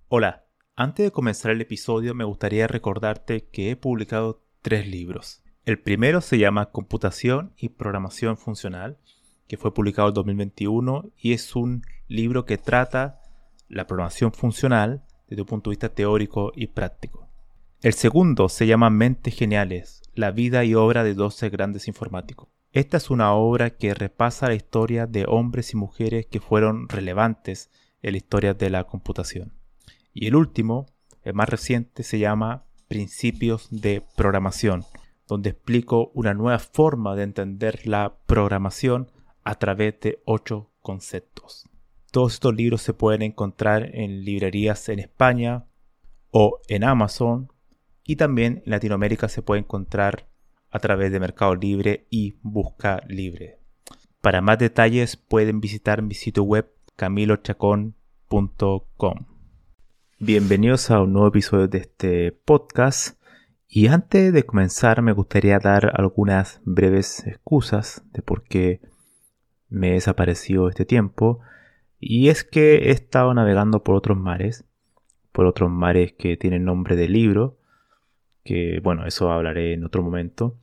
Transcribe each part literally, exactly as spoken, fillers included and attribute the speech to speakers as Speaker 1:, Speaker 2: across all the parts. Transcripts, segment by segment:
Speaker 1: Hola, antes de comenzar el episodio me gustaría recordarte que he publicado tres libros. El primero se llama Computación y Programación Funcional, que fue publicado en dos mil veintiuno y es un libro que trata la programación funcional desde un punto de vista teórico y práctico. El segundo se llama Mentes Geniales, la vida y obra de doce grandes informáticos. Esta es una obra que repasa la historia de hombres y mujeres que fueron relevantes en la historia de la computación. Y el último, el más reciente, se llama Principios de Programación, donde explico una nueva forma de entender la programación a través de ocho conceptos. Todos estos libros se pueden encontrar en librerías en España o en Amazon, y también en Latinoamérica se puede encontrar a través de Mercado Libre y Busca Libre. Para más detalles pueden visitar mi sitio web camilo chacón punto com. Bienvenidos a un nuevo episodio de este podcast. Y antes de comenzar me gustaría dar algunas breves excusas de por qué me he desaparecido este tiempo. Y es que he estado navegando por otros mares, por otros mares que tienen nombre de libro, que bueno, eso hablaré en otro momento.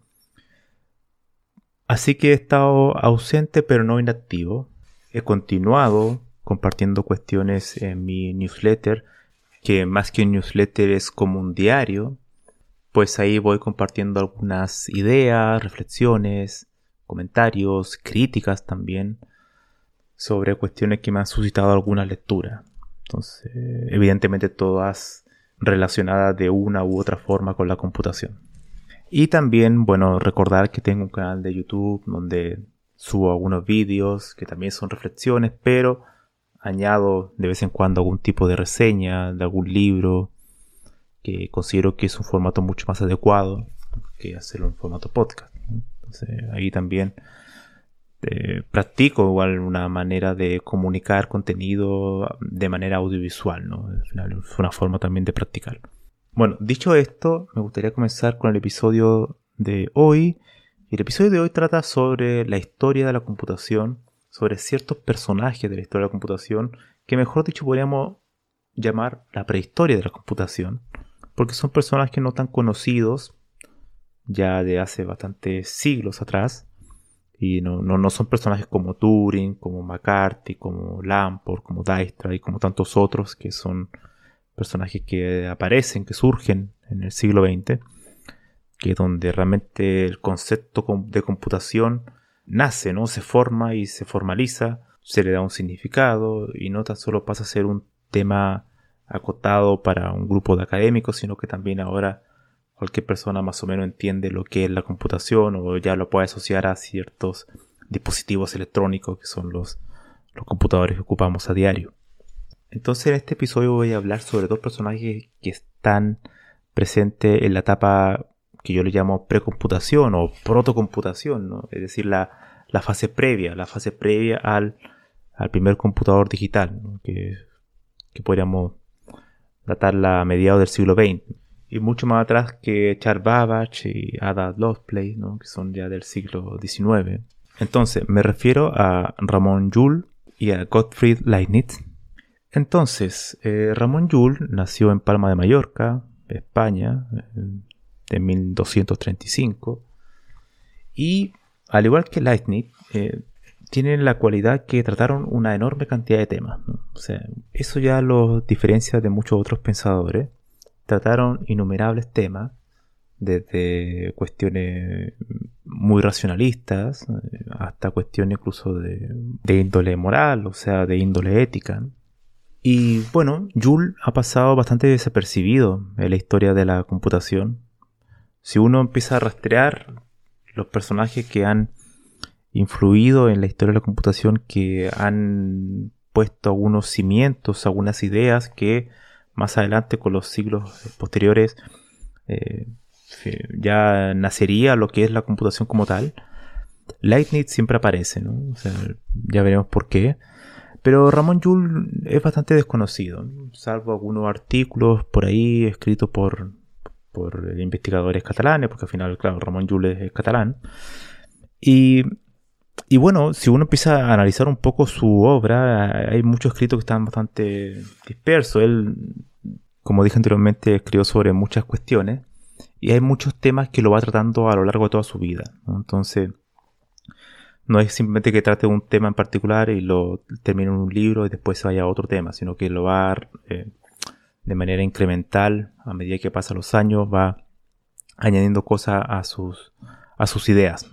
Speaker 1: Así que he estado ausente pero no inactivo. He continuado compartiendo cuestiones en mi newsletter, que más que un newsletter es como un diario. Pues ahí voy compartiendo algunas ideas, reflexiones, comentarios, críticas también, sobre cuestiones que me han suscitado alguna lectura. Entonces, evidentemente todas relacionadas de una u otra forma con la computación. Y también, bueno, recordar que tengo un canal de YouTube donde subo algunos vídeos que también son reflexiones, pero añado de vez en cuando algún tipo de reseña de algún libro que considero que es un formato mucho más adecuado que hacerlo en formato podcast. Entonces ahí también eh, practico igual una manera de comunicar contenido de manera audiovisual, ¿no? Al final es una forma también de practicar. Bueno, dicho esto, me gustaría comenzar con el episodio de hoy. El episodio de hoy trata sobre la historia de la computación, sobre ciertos personajes de la historia de la computación, que mejor dicho podríamos llamar la prehistoria de la computación, porque son personajes no tan conocidos ya de hace bastantes siglos atrás, y no, no, no son personajes como Turing, como McCarthy, como Lamport, como Dijkstra y como tantos otros que son personajes que aparecen, que surgen en el siglo veinte, que es donde realmente el concepto de computación nace, ¿no? Se forma y se formaliza, se le da un significado y no tan solo pasa a ser un tema acotado para un grupo de académicos, sino que también ahora cualquier persona más o menos entiende lo que es la computación o ya lo puede asociar a ciertos dispositivos electrónicos que son los, los computadores que ocupamos a diario. Entonces en este episodio voy a hablar sobre dos personajes que están presentes en la etapa que yo le llamo precomputación o protocomputación, ¿no? Es decir, la, la fase previa, la fase previa al, al primer computador digital, ¿no? que, que podríamos datarla a mediados del siglo veinte. Y mucho más atrás que Charles Babbage y Ada Lovelace, ¿no? que son ya del siglo diecinueve. Entonces, me refiero a Ramon Llull y a Gottfried Leibniz. Entonces, eh, Ramon Llull nació en Palma de Mallorca, España, en de mil doscientos treinta y cinco, y al igual que Leibniz eh, tienen la cualidad que trataron una enorme cantidad de temas, ¿no? O sea, eso ya los diferencia de muchos otros pensadores. Trataron innumerables temas, desde cuestiones muy racionalistas hasta cuestiones incluso de, de índole moral, o sea, de índole ética, ¿no? Y bueno, Llull ha pasado bastante desapercibido en la historia de la computación. Si uno empieza a rastrear los personajes que han influido en la historia de la computación, que han puesto algunos cimientos, algunas ideas que más adelante con los siglos posteriores eh, ya nacería lo que es la computación como tal, Leibniz siempre aparece, ¿no? O sea, ya veremos por qué. Pero Ramon Llull es bastante desconocido, ¿no? Salvo algunos artículos por ahí escritos por... por investigadores catalanes, porque al final, claro, Ramon Llull es catalán. Y, y bueno, si uno empieza a analizar un poco su obra, hay muchos escritos que están bastante dispersos. Él como dije anteriormente, escribió sobre muchas cuestiones y hay muchos temas que lo va tratando a lo largo de toda su vida, ¿no? Entonces, no es simplemente que trate un tema en particular y lo termine en un libro y después se vaya a otro tema, sino que lo va eh, de manera incremental, a medida que pasan los años, va añadiendo cosas a sus, a sus ideas.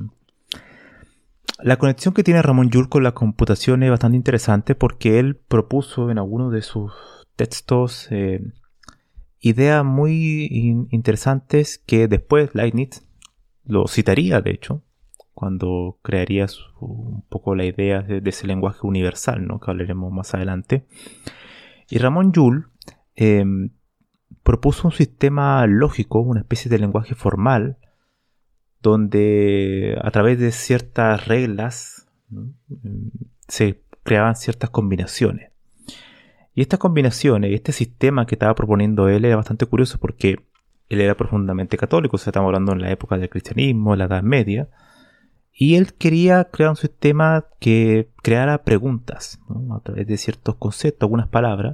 Speaker 1: La conexión que tiene Ramón Llull con la computación es bastante interesante porque él propuso en algunos de sus textos eh, ideas muy in- interesantes que después Leibniz lo citaría, de hecho, cuando crearía su, un poco la idea de, de ese lenguaje universal, ¿no? Que hablaremos más adelante. Y Ramón Llull eh, propuso un sistema lógico, una especie de lenguaje formal, donde a través de ciertas reglas, ¿no?, se creaban ciertas combinaciones. Y estas combinaciones, este sistema que estaba proponiendo él era bastante curioso porque él era profundamente católico, o sea, estamos hablando en la época del cristianismo, la Edad Media, y él quería crear un sistema que creara preguntas, ¿no?, a través de ciertos conceptos, algunas palabras,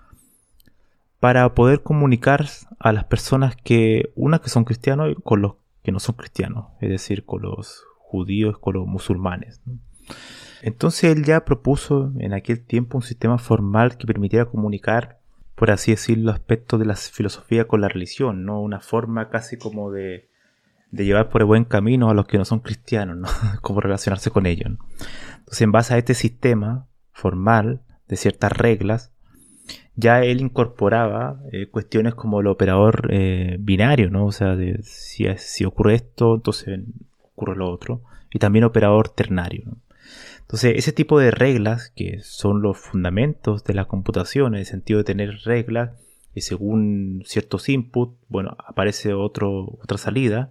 Speaker 1: para poder comunicar a las personas que, unas que son cristianos con los que no son cristianos, es decir, con los judíos, con los musulmanes, ¿no? Entonces él ya propuso en aquel tiempo un sistema formal que permitiera comunicar, por así decirlo, aspectos de la filosofía con la religión, ¿no? Una forma casi como de, de llevar por el buen camino a los que no son cristianos, ¿no? Cómo relacionarse con ellos, ¿no? Entonces, en base a este sistema formal de ciertas reglas, ya él incorporaba eh, cuestiones como el operador eh, binario, ¿no? O sea, de, si, si ocurre esto, entonces ocurre lo otro. Y también operador ternario, ¿no? Entonces, ese tipo de reglas, que son los fundamentos de la computación, en el sentido de tener reglas, y según ciertos inputs, bueno, aparece otro, otra salida,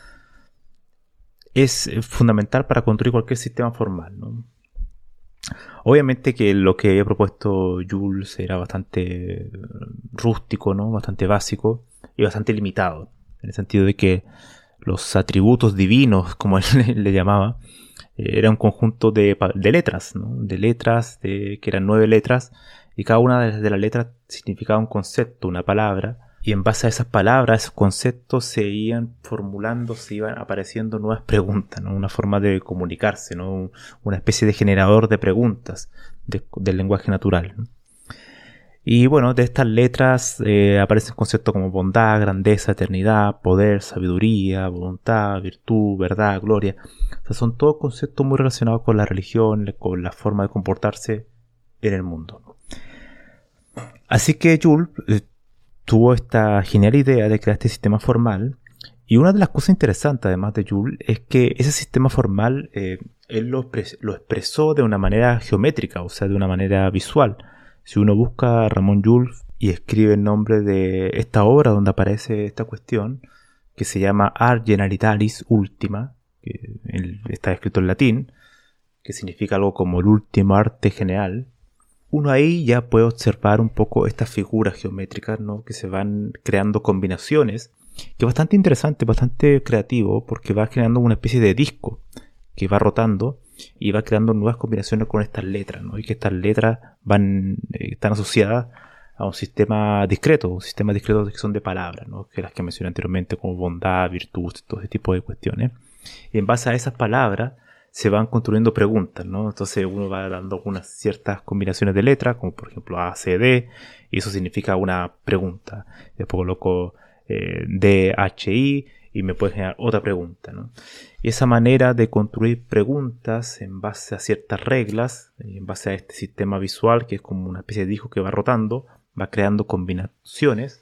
Speaker 1: es fundamental para construir cualquier sistema formal, ¿no? Obviamente que lo que había propuesto Jules era bastante rústico, ¿no? Bastante básico y bastante limitado, en el sentido de que los atributos divinos, como él le llamaba, era un conjunto de, de letras, ¿no? De letras, de, que eran nueve letras, y cada una de las letras significaba un concepto, una palabra, y en base a esas palabras, esos conceptos se iban formulando, se iban apareciendo nuevas preguntas, ¿no? Una forma de comunicarse, ¿no? Una especie de generador de preguntas de, del lenguaje natural, ¿no? Y bueno, de estas letras eh, aparecen conceptos como bondad, grandeza, eternidad, poder, sabiduría, voluntad, virtud, verdad, gloria. O sea, son todos conceptos muy relacionados con la religión, con la forma de comportarse en el mundo. Así que Jules eh, tuvo esta genial idea de crear este sistema formal. Y una de las cosas interesantes, además de Jules, es que ese sistema formal eh, él lo, expres- lo expresó de una manera geométrica, o sea, de una manera visual. Si uno busca a Ramón Llull y escribe el nombre de esta obra donde aparece esta cuestión, que se llama Ars Generalitatis Ultima, que está escrito en latín, que significa algo como el último arte general, uno ahí ya puede observar un poco estas figuras geométricas, ¿no?, que se van creando combinaciones, que es bastante interesante, bastante creativo, porque va creando una especie de disco que va rotando y va creando nuevas combinaciones con estas letras, ¿no? Y que estas letras van eh, están asociadas a un sistema discreto, un sistema discreto que son de palabras, ¿no?, que las que mencioné anteriormente, como bondad, virtud, todo ese tipo de cuestiones. Y en base a esas palabras se van construyendo preguntas, ¿no? Entonces uno va dando unas ciertas combinaciones de letras, como por ejemplo A, C, D, y eso significa una pregunta. Después coloco eh, D, H, I, y me puede generar otra pregunta, ¿no? Y esa manera de construir preguntas en base a ciertas reglas, en base a este sistema visual, que es como una especie de disco que va rotando, va creando combinaciones,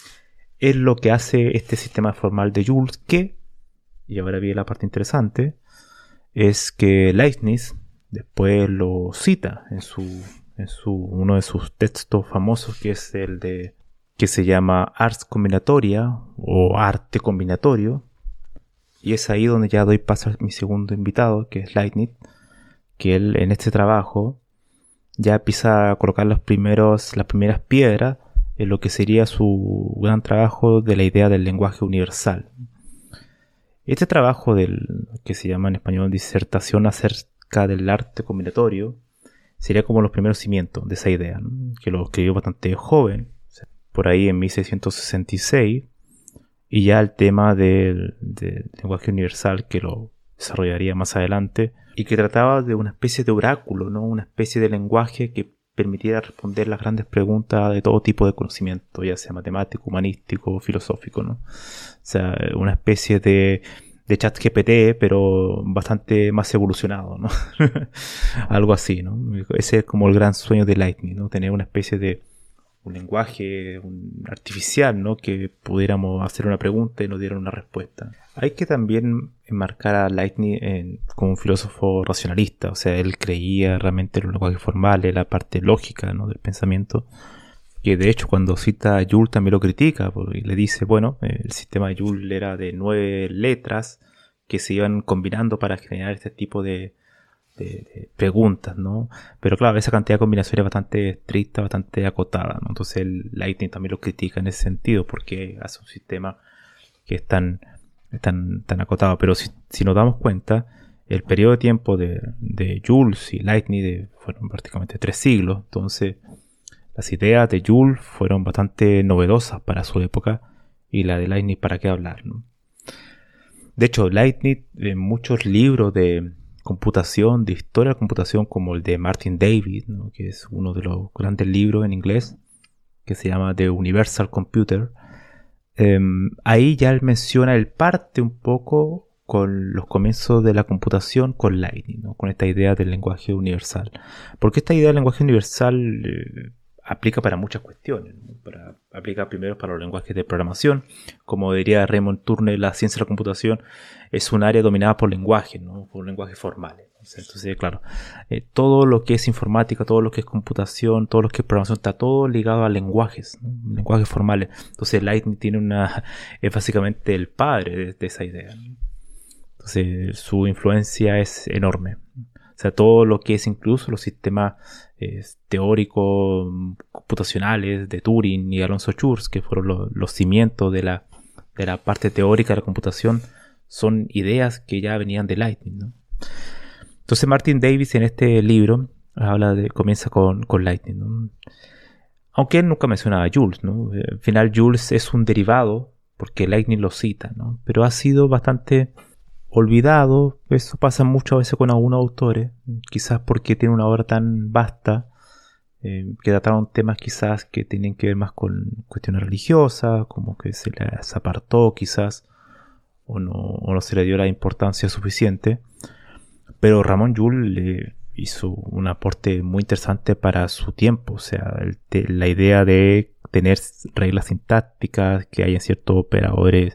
Speaker 1: es lo que hace este sistema formal de Jules, que, y ahora viene la parte interesante, es que Leibniz después lo cita en su, en su uno de sus textos famosos, que es el de que se llama Ars Combinatoria o Arte Combinatorio, y es ahí donde ya doy paso a mi segundo invitado, que es Leibniz, que él en este trabajo ya empieza a colocar los primeros, las primeras piedras en lo que sería su gran trabajo de la idea del lenguaje universal. Este trabajo, del que se llama en español Disertación acerca del arte combinatorio, sería como los primeros cimientos de esa idea, ¿no?, que lo escribió bastante joven, o sea, por ahí en mil seiscientos sesenta y seis, y ya el tema del, del lenguaje universal, que lo desarrollaría más adelante, y que trataba de una especie de oráculo, ¿no? Una especie de lenguaje que permitiera responder las grandes preguntas de todo tipo de conocimiento, ya sea matemático, humanístico, filosófico, ¿no? O sea, una especie de, de ChatGPT, pero bastante más evolucionado, ¿no? Algo así, ¿no? Ese es como el gran sueño de Lightning, ¿no? Tener una especie de un lenguaje un artificial, ¿no? Que pudiéramos hacer una pregunta y nos dieran una respuesta. Hay que también enmarcar a Lightning en, como un filósofo racionalista, o sea, él creía realmente en los lenguajes formales, la parte lógica, ¿no? Del pensamiento, que de hecho cuando cita a Joule también lo critica, porque le dice, bueno, el sistema de Joule era de nueve letras que se iban combinando para generar este tipo de De, de preguntas, ¿no? Pero claro, esa cantidad de combinaciones es bastante estricta, bastante acotada, ¿no? Entonces el Lightning también lo critica en ese sentido, porque hace un sistema que es tan, tan, tan acotado. Pero si, si nos damos cuenta, el periodo de tiempo de, de Jules y Lightning de, fueron prácticamente tres siglos. Entonces las ideas de Jules fueron bastante novedosas para su época, y la de Lightning, ¿para qué hablar, ¿no? De hecho, Lightning, en muchos libros de computación, de historia de la computación, como el de Martin David, ¿no? Que es uno de los grandes libros en inglés, que se llama The Universal Computer, eh, ahí ya él menciona, él parte un poco con los comienzos de la computación con Lightning, ¿no? Con esta idea del lenguaje universal. Porque esta idea del lenguaje universal eh, aplica para muchas cuestiones, ¿no? Para, aplica primero para los lenguajes de programación. Como diría Raymond Turner, la ciencia de la computación es un área dominada por lenguajes, ¿no? Por lenguajes formales. Entonces, claro, eh, todo lo que es informática, todo lo que es computación, todo lo que es programación, está todo ligado a lenguajes, ¿no? Lenguajes formales. Entonces Lightning tiene una, es básicamente el padre de, de esa idea, ¿no? Entonces su influencia es enorme. O sea, todo lo que es incluso los sistemas eh, teóricos computacionales de Turing y Alonso Church, que fueron lo, los cimientos de la, de la parte teórica de la computación, son ideas que ya venían de Lightning, ¿no? Entonces Martin Davis en este libro habla de, comienza con, con Lightning, ¿no? Aunque él nunca menciona a Jules, ¿no? Al final Jules es un derivado porque Lightning lo cita, ¿no? Pero ha sido bastante olvidado. Eso pasa muchas veces con algunos autores, quizás porque tiene una obra tan vasta, eh, que trataron temas quizás que tienen que ver más con cuestiones religiosas, como que se les apartó quizás, o no, o no se le dio la importancia suficiente. Pero Ramón Llull le hizo un aporte muy interesante para su tiempo. O sea, el te, la idea de tener reglas sintácticas, que hayan ciertos operadores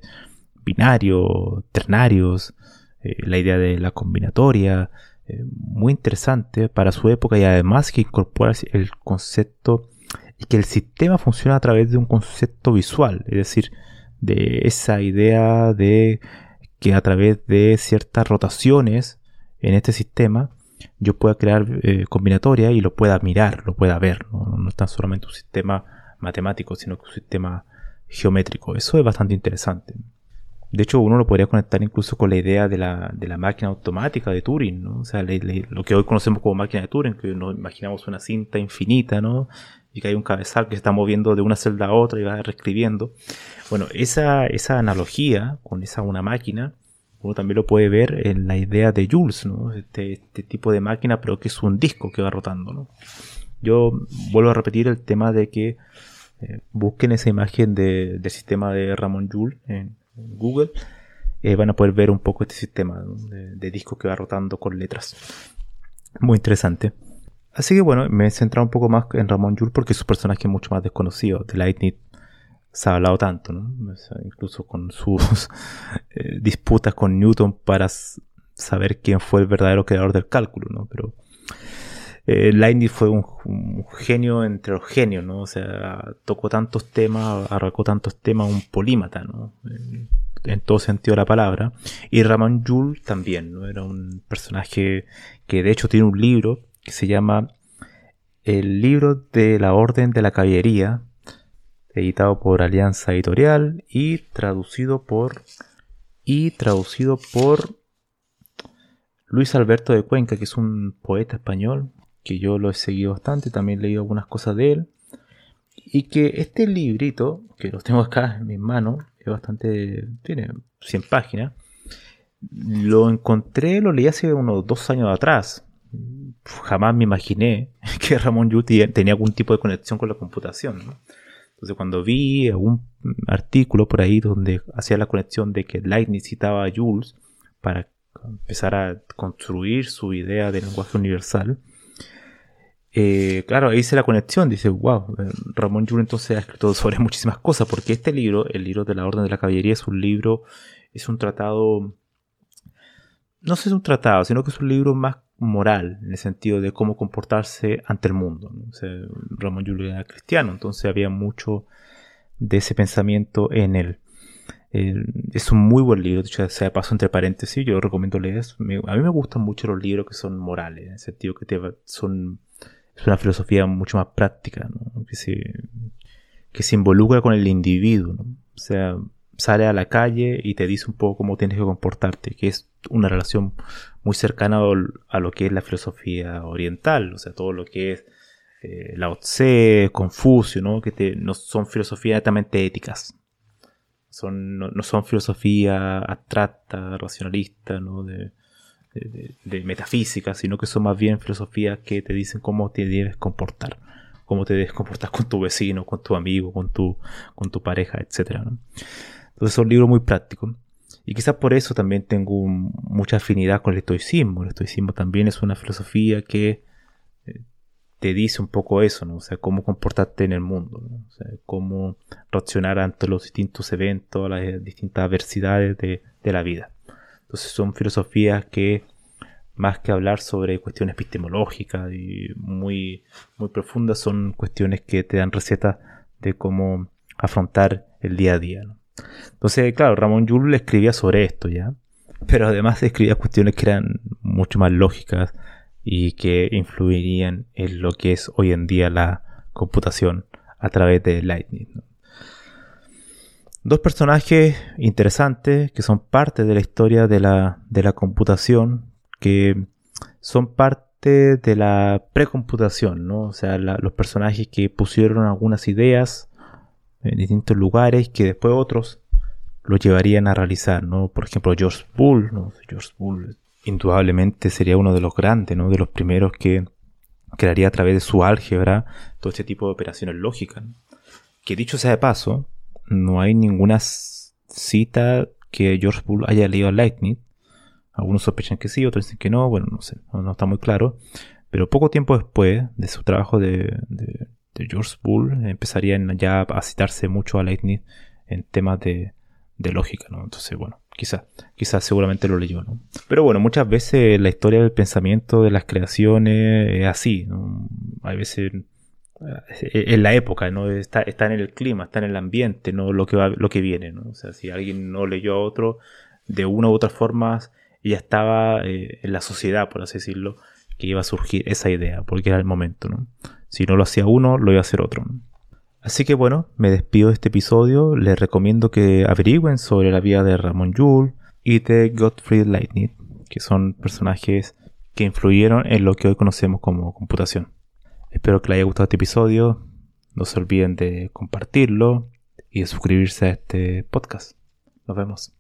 Speaker 1: binarios, ternarios, eh, la idea de la combinatoria, eh, muy interesante para su época, y además que incorpora el concepto y que el sistema funciona a través de un concepto visual, es decir, de esa idea de que a través de ciertas rotaciones en este sistema yo pueda crear eh, combinatoria y lo pueda mirar, lo pueda ver, ¿no? No es tan solamente un sistema matemático, sino que un sistema geométrico. Eso es bastante interesante. De hecho, uno lo podría conectar incluso con la idea de la, de la máquina automática de Turing, ¿no? O sea, le, le, lo que hoy conocemos como máquina de Turing, que nos imaginamos una cinta infinita, ¿no? Y que hay un cabezal que se está moviendo de una celda a otra y va reescribiendo. Bueno, esa, esa analogía con esa una máquina, uno también lo puede ver en la idea de Jules, ¿no? Este, este tipo de máquina, pero que es un disco que va rotando, ¿no? Yo vuelvo a repetir el tema de que eh, busquen esa imagen de, del sistema de Ramón Llull en Google, eh, van a poder ver un poco este sistema, ¿no? de, de disco que va rotando con letras. Muy interesante. Así que bueno, me he centrado un poco más en Ramón Llull porque su personaje es mucho más desconocido. De Lightning se ha hablado tanto, ¿no? O sea, incluso con sus eh, disputas con Newton para saber quién fue el verdadero creador del cálculo, ¿no? Pero eh, Lightning fue un, un genio entre los genios, ¿no? O sea, tocó tantos temas, arrancó tantos temas, un polímata, ¿no? Eh, en todo sentido de la palabra. Y Ramón Llull también, ¿no? Era un personaje que de hecho tiene un libro que se llama El libro de la Orden de la Caballería, editado por Alianza Editorial y traducido por y traducido por Luis Alberto de Cuenca, que es un poeta español que yo lo he seguido bastante, también he leído algunas cosas de él, Y que este librito, que lo tengo acá en mis manos, es bastante, tiene cien páginas, lo encontré, lo leí hace unos dos años atrás. Jamás me imaginé que Ramón Llull tenía algún tipo de conexión con la computación, ¿no? Entonces cuando vi algún artículo por ahí donde hacía la conexión de que Leibniz citaba a Jules para empezar a construir su idea de lenguaje universal, eh, claro, ahí hice la conexión. Dice, wow, Ramón Llull entonces ha escrito sobre muchísimas cosas, porque este libro, el libro de la Orden de la Caballería, es un libro, es un tratado, no sé si es un tratado, sino que es un libro más moral, en el sentido de cómo comportarse ante el mundo, ¿no? O sea, Ramón Llull era cristiano, entonces había mucho de ese pensamiento en él. Eh, es un muy buen libro, de hecho, se paso entre paréntesis, yo recomiendo leer. Me, a mí me gustan mucho los libros que son morales, en el sentido que te, son, es una filosofía mucho más práctica, ¿no? que, se, que se involucra con el individuo, ¿no? O sea, sale a la calle y te dice un poco cómo tienes que comportarte, que es una relación muy cercana a lo que es la filosofía oriental, o sea, todo lo que es eh, Lao Tse, Confucio, ¿no? Que te, no son filosofías netamente éticas, son, no, no son filosofía abstracta, racionalista, ¿no? de, de, de, de metafísica, sino que son más bien filosofías que te dicen cómo te debes comportar, cómo te debes comportar con tu vecino, con tu amigo, con tu, con tu pareja, etcétera, ¿no? Entonces son libros muy prácticos. Y quizás por eso también tengo un, mucha afinidad con el estoicismo. El estoicismo también es una filosofía que eh, te dice un poco eso, ¿no? O sea, cómo comportarte en el mundo, ¿no? O sea, cómo reaccionar ante los distintos eventos, las distintas adversidades de, de la vida. Entonces son filosofías que, más que hablar sobre cuestiones epistemológicas y muy, muy profundas, son cuestiones que te dan recetas de cómo afrontar el día a día, ¿no? Entonces, claro, Ramón Llull escribía sobre esto, ¿ya? Pero además escribía cuestiones que eran mucho más lógicas y que influirían en lo que es hoy en día la computación a través de Leibniz, ¿no? Dos personajes interesantes que son parte de la historia de la, de la computación, que son parte de la precomputación, ¿no? O sea, la, los personajes que pusieron algunas ideas en distintos lugares que después otros lo llevarían a realizar, ¿no? Por ejemplo, George Boole, ¿no? George Boole indudablemente sería uno de los grandes, ¿no? De los primeros que crearía a través de su álgebra todo este tipo de operaciones lógicas, ¿no? Que dicho sea de paso, no hay ninguna cita que George Boole haya leído a Leibniz. Algunos sospechan que sí, otros dicen que no, bueno, no sé, no, no está muy claro. Pero poco tiempo después de su trabajo de, de de George Boole empezarían ya a citarse mucho a Leibniz en temas de, de lógica, ¿no? Entonces, bueno, quizás quizás seguramente lo leyó, ¿no? Pero bueno, muchas veces la historia del pensamiento, de las creaciones, es así, ¿no? Hay veces en la época, ¿no? Está, está en el clima, está en el ambiente, ¿no? Lo que va, lo que viene, ¿no? O sea, si alguien no leyó a otro, de una u otra forma ya estaba eh, en la sociedad, por así decirlo, que iba a surgir esa idea, porque era el momento, ¿no? Si no lo hacía uno, lo iba a hacer otro, ¿no? Así que bueno, me despido de este episodio. Les recomiendo que averigüen sobre la vida de Ramón Llull y de Gottfried Leibniz, que son personajes que influyeron en lo que hoy conocemos como computación. Espero que les haya gustado este episodio. No se olviden de compartirlo y de suscribirse a este podcast. Nos vemos.